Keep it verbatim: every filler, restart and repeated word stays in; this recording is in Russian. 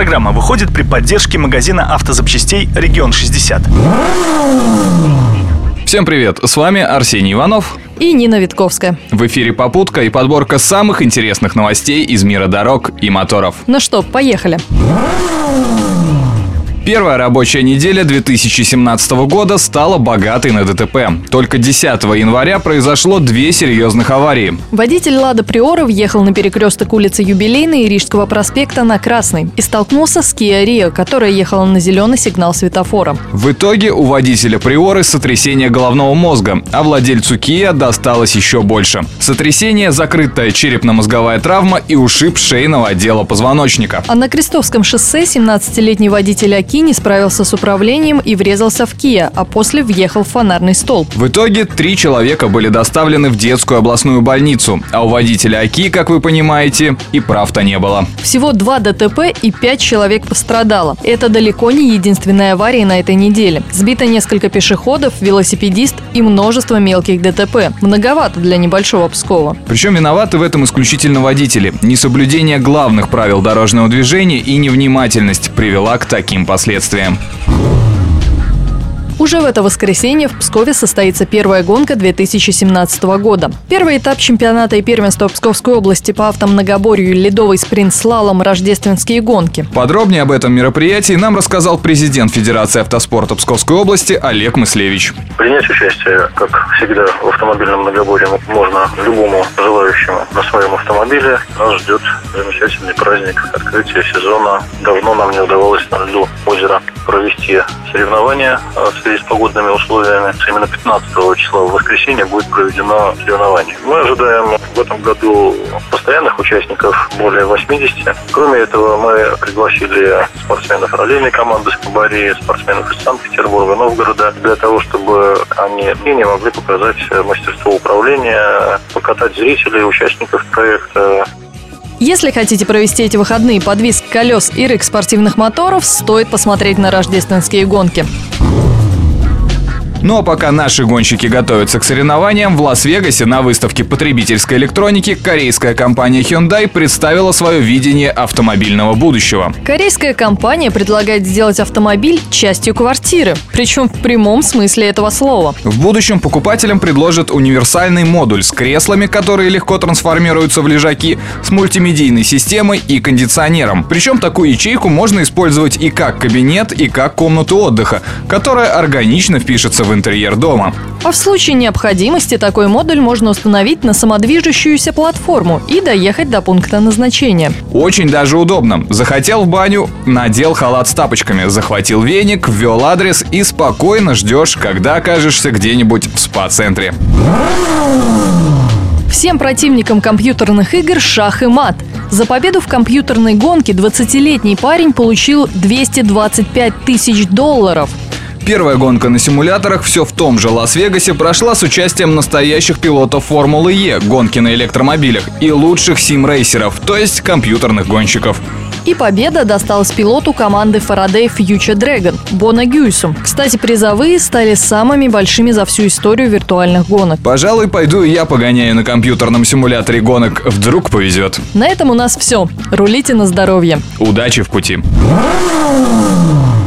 Программа выходит при поддержке магазина автозапчастей «Регион шестьдесят». Всем привет, с вами Арсений Иванов и Нина Витковская. В эфире «Попутка» и подборка самых интересных новостей из мира дорог и моторов. Ну что, поехали. Первая рабочая неделя две тысячи семнадцатого года стала богатой на ДТП. Только десятого января произошло две серьезных аварии. Водитель «Лада Приора» въехал на перекресток улицы Юбилейной и Рижского проспекта на Красный и столкнулся с Kia Rio, которая ехала на зеленый сигнал светофора. В итоге у водителя Приоры сотрясение головного мозга, а владельцу Kia досталось еще больше. Сотрясение, закрытая черепно-мозговая травма и ушиб шейного отдела позвоночника. А на Крестовском шоссе семнадцатилетний водитель Аки не справился с управлением и врезался в Kia, а после въехал в фонарный столб. В итоге три человека были доставлены в детскую областную больницу, а у водителя Аки, как вы понимаете, и прав-то не было. Всего два ДТП и пять человек пострадало. Это далеко не единственная авария на этой неделе. Сбито несколько пешеходов, велосипедист и множество мелких ДТП. Многовато для небольшого Пскова. Причем виноваты в этом исключительно водители. Несоблюдение главных правил дорожного движения и невнимательность привела к таким последствиям. Последствиям. Уже в это воскресенье в Пскове состоится первая гонка две тысячи семнадцатого года. Первый этап чемпионата и первенства Псковской области по автомногоборью ледовый спринт-слалом «Рождественские гонки». Подробнее об этом мероприятии нам рассказал президент Федерации автоспорта Псковской области Олег Мыслевич. Принять участие, как всегда, в автомобильном многоборье можно любому желающему на своем автомобиле. Нас ждет замечательный праздник открытия сезона. Давно нам не удавалось на льду озера провести соревнования в связи с погодными условиями. Именно пятнадцатого числа в воскресенье будет проведено соревнование. Мы ожидаем в этом году постоянных участников более восьмидесяти. Кроме этого, мы пригласили спортсменов раллийной команды с Кабари, спортсменов из Санкт-Петербурга, Новгорода, для того, чтобы они не могли показать мастерство управления, покатать зрителей, участников проекта. Если хотите провести эти выходные под визг колес и рык спортивных моторов, стоит посмотреть на рождественские гонки. Ну а пока наши гонщики готовятся к соревнованиям, в Лас-Вегасе на выставке потребительской электроники корейская компания Hyundai представила свое видение автомобильного будущего. Корейская компания предлагает сделать автомобиль частью квартиры, причем в прямом смысле этого слова. В будущем покупателям предложат универсальный модуль с креслами, которые легко трансформируются в лежаки, с мультимедийной системой и кондиционером. Причем такую ячейку можно использовать и как кабинет, и как комнату отдыха, которая органично впишется в в интерьер дома. А в случае необходимости такой модуль можно установить на самодвижущуюся платформу и доехать до пункта назначения. Очень даже удобно. Захотел в баню, надел халат с тапочками, захватил веник, ввел адрес и спокойно ждешь, когда окажешься где-нибудь в спа-центре. Всем противникам компьютерных игр шах и мат. За победу в компьютерной гонке двадцатилетний парень получил двести двадцать пять тысяч долларов. Первая гонка на симуляторах все в том же Лас-Вегасе прошла с участием настоящих пилотов Формулы Е, гонки на электромобилях, и лучших сим-рейсеров, то есть компьютерных гонщиков. И победа досталась пилоту команды Faraday Future Dragon Боно Гюйсу. Кстати, призовые стали самыми большими за всю историю виртуальных гонок. Пожалуй, пойду и я погоняю на компьютерном симуляторе гонок. Вдруг повезет. На этом у нас все. Рулите на здоровье. Удачи в пути.